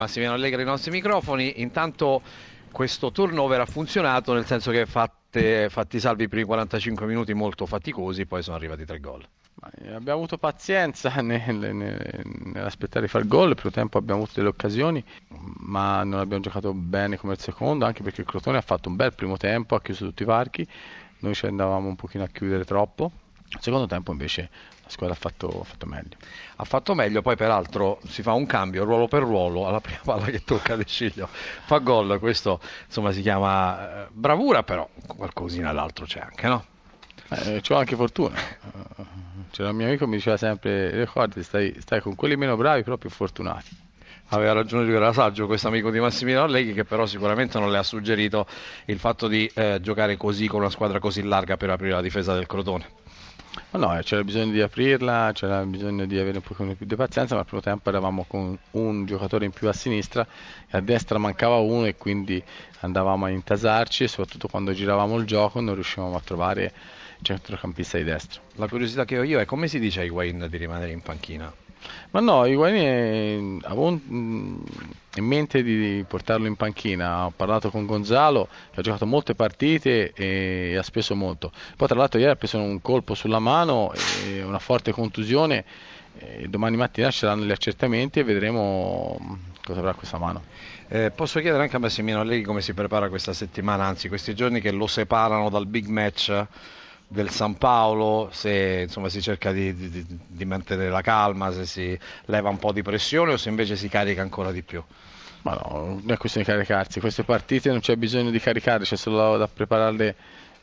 Massimiliano Allegri ai nostri microfoni. Intanto questo turnover ha funzionato, nel senso che fatti salvi i primi 45 minuti molto faticosi, poi sono arrivati 3 gol. Abbiamo avuto pazienza nell'aspettare di fare il gol. Il primo tempo abbiamo avuto delle occasioni, ma non abbiamo giocato bene come il secondo, anche perché il Crotone ha fatto un bel primo tempo, ha chiuso tutti i varchi, noi ci andavamo un pochino a chiudere troppo. Il secondo tempo invece la squadra ha fatto meglio. Ha fatto meglio, poi peraltro si fa un cambio ruolo per ruolo, alla prima palla che tocca De Sciglio fa gol. Questo insomma si chiama bravura, però qualcosina d'altro c'è anche, no? C'ho anche fortuna. C'era un mio amico che mi diceva sempre: ricordi, stai con quelli meno bravi, però più fortunati. Aveva ragione lui, era saggio questo amico di Massimiliano Allegri, che però sicuramente non le ha suggerito il fatto di giocare così con una squadra così larga per aprire la difesa del Crotone. Ma no, c'era bisogno di aprirla, c'era bisogno di avere un pochino più di pazienza, ma al primo tempo eravamo con un giocatore in più a sinistra e a destra mancava uno, e quindi andavamo a intasarci, e soprattutto quando giravamo il gioco non riuscivamo a trovare il centrocampista di destra. La curiosità che ho io è: come si dice a Higuain di rimanere in panchina? Ma no, Higuain avevo in mente di portarlo in panchina. Ho parlato con Gonzalo, che ha giocato molte partite e ha speso molto. Poi tra l'altro ieri ha preso un colpo sulla mano e una forte contusione. E domani mattina ci saranno gli accertamenti e vedremo cosa avrà questa mano. Posso chiedere anche a Massimiliano Allegri come si prepara questa settimana, anzi questi giorni che lo separano dal big match del San Paolo, se insomma si cerca di mantenere la calma, se si leva un po' di pressione o se invece si carica ancora di più? Ma no, non è questione di caricarsi, queste partite non c'è bisogno di caricare, c'è solo da prepararle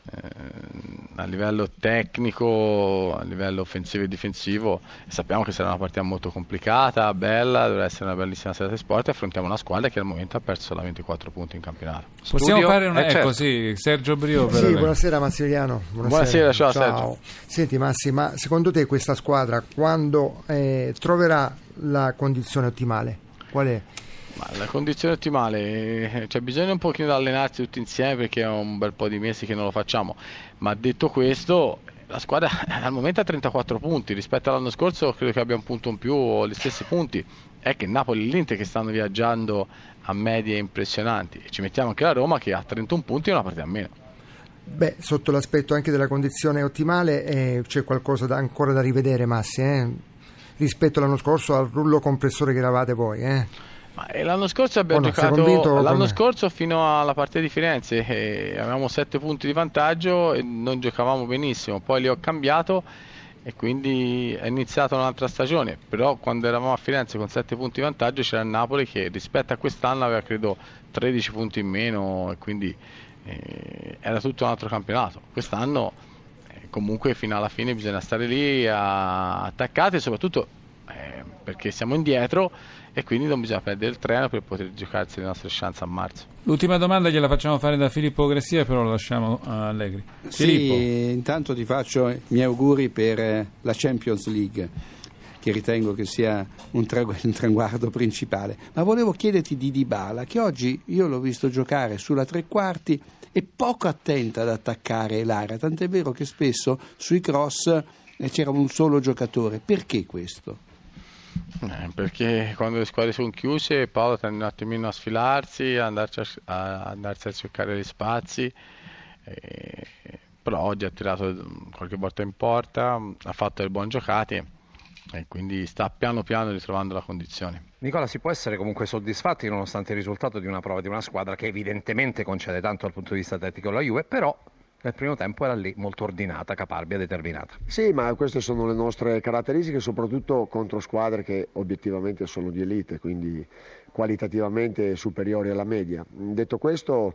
a livello tecnico, a livello offensivo e difensivo. E sappiamo che sarà una partita molto complicata, bella, dovrà essere una bellissima serata di sport, e affrontiamo una squadra che al momento ha perso da 24 punti in campionato. Possiamo fare una... certo. Sì, Sergio Brio per Sì, buonasera Massimiliano. Buonasera, ciao Sergio. Senti Massi, ma secondo te questa squadra quando troverà la condizione ottimale? Qual è? Ma la condizione ottimale, c'è bisogno un pochino di allenarsi tutti insieme, perché è un bel po' di mesi che non lo facciamo, ma detto questo la squadra al momento ha 34 punti, rispetto all'anno scorso credo che abbia un punto in più o gli stessi punti. È che Napoli e l'Inter che stanno viaggiando a medie impressionanti, e ci mettiamo anche la Roma che ha 31 punti e una partita a meno. Beh, sotto l'aspetto anche della condizione ottimale c'è qualcosa ancora da rivedere, Massi, rispetto all'anno scorso, al rullo compressore che eravate voi, L'anno scorso abbiamo giocato l'anno scorso fino alla partita di Firenze e avevamo 7 punti di vantaggio e non giocavamo benissimo, poi li ho cambiato e quindi è iniziata un'altra stagione. Però quando eravamo a Firenze con 7 punti di vantaggio c'era il Napoli che rispetto a quest'anno aveva credo 13 punti in meno, e quindi era tutto un altro campionato. Quest'anno comunque fino alla fine bisogna stare lì attaccati, e soprattutto perché siamo indietro e quindi non bisogna perdere il treno per poter giocarsi le nostre chance a marzo. L'ultima domanda gliela facciamo fare da Filippo Gressia, però lo lasciamo a Allegri. Filippo. Sì, intanto ti faccio i miei auguri per la Champions League, che ritengo che sia un traguardo principale, ma volevo chiederti di Dybala, che oggi io l'ho visto giocare sulla tre quarti e poco attenta ad attaccare l'area, tant'è vero che spesso sui cross c'era un solo giocatore. Perché questo? Perché quando le squadre sono chiuse Paolo tende un attimino a sfilarsi, a andarsi a cercare gli spazi, però oggi ha tirato qualche volta in porta, ha fatto delle buone giocate e quindi sta piano piano ritrovando la condizione. Nicola, si può essere comunque soddisfatti nonostante il risultato di una prova di una squadra che evidentemente concede tanto dal punto di vista tecnico alla Juve, però nel primo tempo era lì molto ordinata, caparbia, determinata. Sì, ma queste sono le nostre caratteristiche, soprattutto contro squadre che obiettivamente sono di elite, quindi qualitativamente superiori alla media. Detto questo,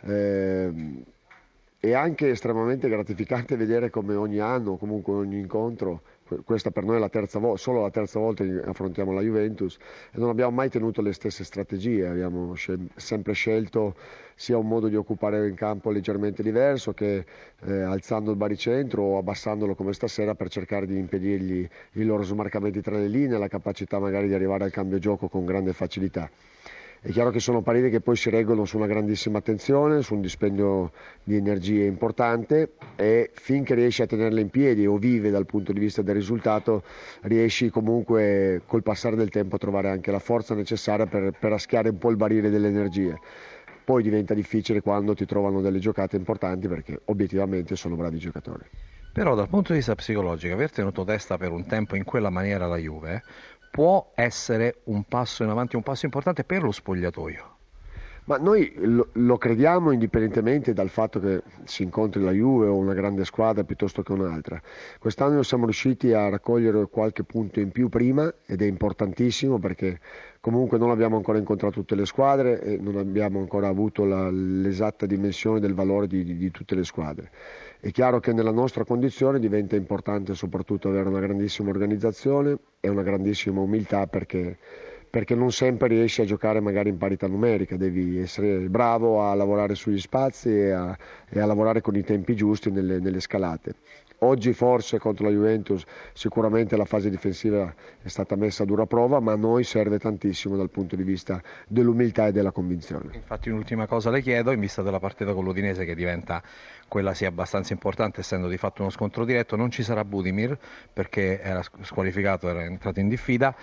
è anche estremamente gratificante vedere come ogni anno, comunque ogni incontro, questa per noi è la terza solo la terza volta che affrontiamo la Juventus, e non abbiamo mai tenuto le stesse strategie, abbiamo sempre scelto sia un modo di occupare il campo leggermente diverso, che alzando il baricentro o abbassandolo come stasera, per cercare di impedirgli i loro smarcamenti tra le linee, la capacità magari di arrivare al cambio gioco con grande facilità. È chiaro che sono partite che poi si reggono su una grandissima attenzione, su un dispendio di energie importante, e finché riesci a tenerle in piedi o vive dal punto di vista del risultato, riesci comunque col passare del tempo a trovare anche la forza necessaria per raschiare un po' il barile delle energie. Poi diventa difficile quando ti trovano delle giocate importanti, perché obiettivamente sono bravi giocatori. Però dal punto di vista psicologico, aver tenuto testa per un tempo in quella maniera la Juve può essere un passo in avanti, un passo importante per lo spogliatoio. Ma noi lo crediamo indipendentemente dal fatto che si incontri la Juve o una grande squadra piuttosto che un'altra. Quest'anno siamo riusciti a raccogliere qualche punto in più prima, ed è importantissimo perché comunque non abbiamo ancora incontrato tutte le squadre e non abbiamo ancora avuto l'esatta dimensione del valore di tutte le squadre. È chiaro che nella nostra condizione diventa importante soprattutto avere una grandissima organizzazione e una grandissima umiltà, perché non sempre riesci a giocare magari in parità numerica, devi essere bravo a lavorare sugli spazi e a lavorare con i tempi giusti nelle scalate. Oggi forse contro la Juventus sicuramente la fase difensiva è stata messa a dura prova, ma a noi serve tantissimo dal punto di vista dell'umiltà e della convinzione. Infatti un'ultima cosa le chiedo, in vista della partita con l'Udinese, che diventa quella sia abbastanza importante essendo di fatto uno scontro diretto, non ci sarà Budimir perché era squalificato, era entrato in diffida.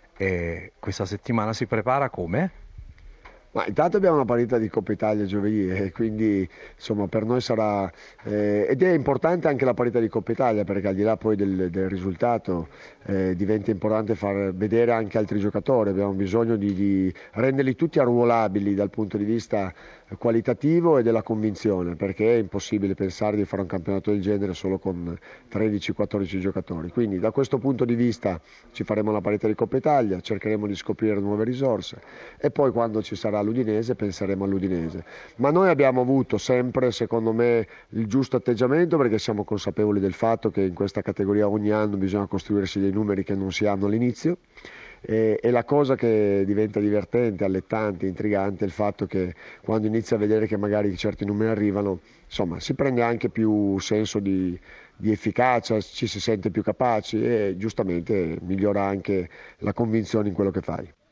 E questa settimana si prepara come? Ma intanto abbiamo una partita di Coppa Italia giovedì, e quindi insomma per noi sarà ed è importante anche la partita di Coppa Italia, perché al di là poi del risultato diventa importante far vedere anche altri giocatori. Abbiamo bisogno di renderli tutti arruolabili dal punto di vista qualitativo e della convinzione, perché è impossibile pensare di fare un campionato del genere solo con 13-14 giocatori. Quindi da questo punto di vista ci faremo la partita di Coppa Italia, cercheremo di scoprire nuove risorse e poi quando ci sarà l'Udinese penseremo all'Udinese. Ma noi abbiamo avuto sempre, secondo me, il giusto atteggiamento, perché siamo consapevoli del fatto che in questa categoria ogni anno bisogna costruirsi dei numeri che non si hanno all'inizio. E la cosa che diventa divertente, allettante, intrigante è il fatto che quando inizi a vedere che magari certi numeri arrivano, insomma, si prende anche più senso di efficacia, ci si sente più capaci e giustamente migliora anche la convinzione in quello che fai.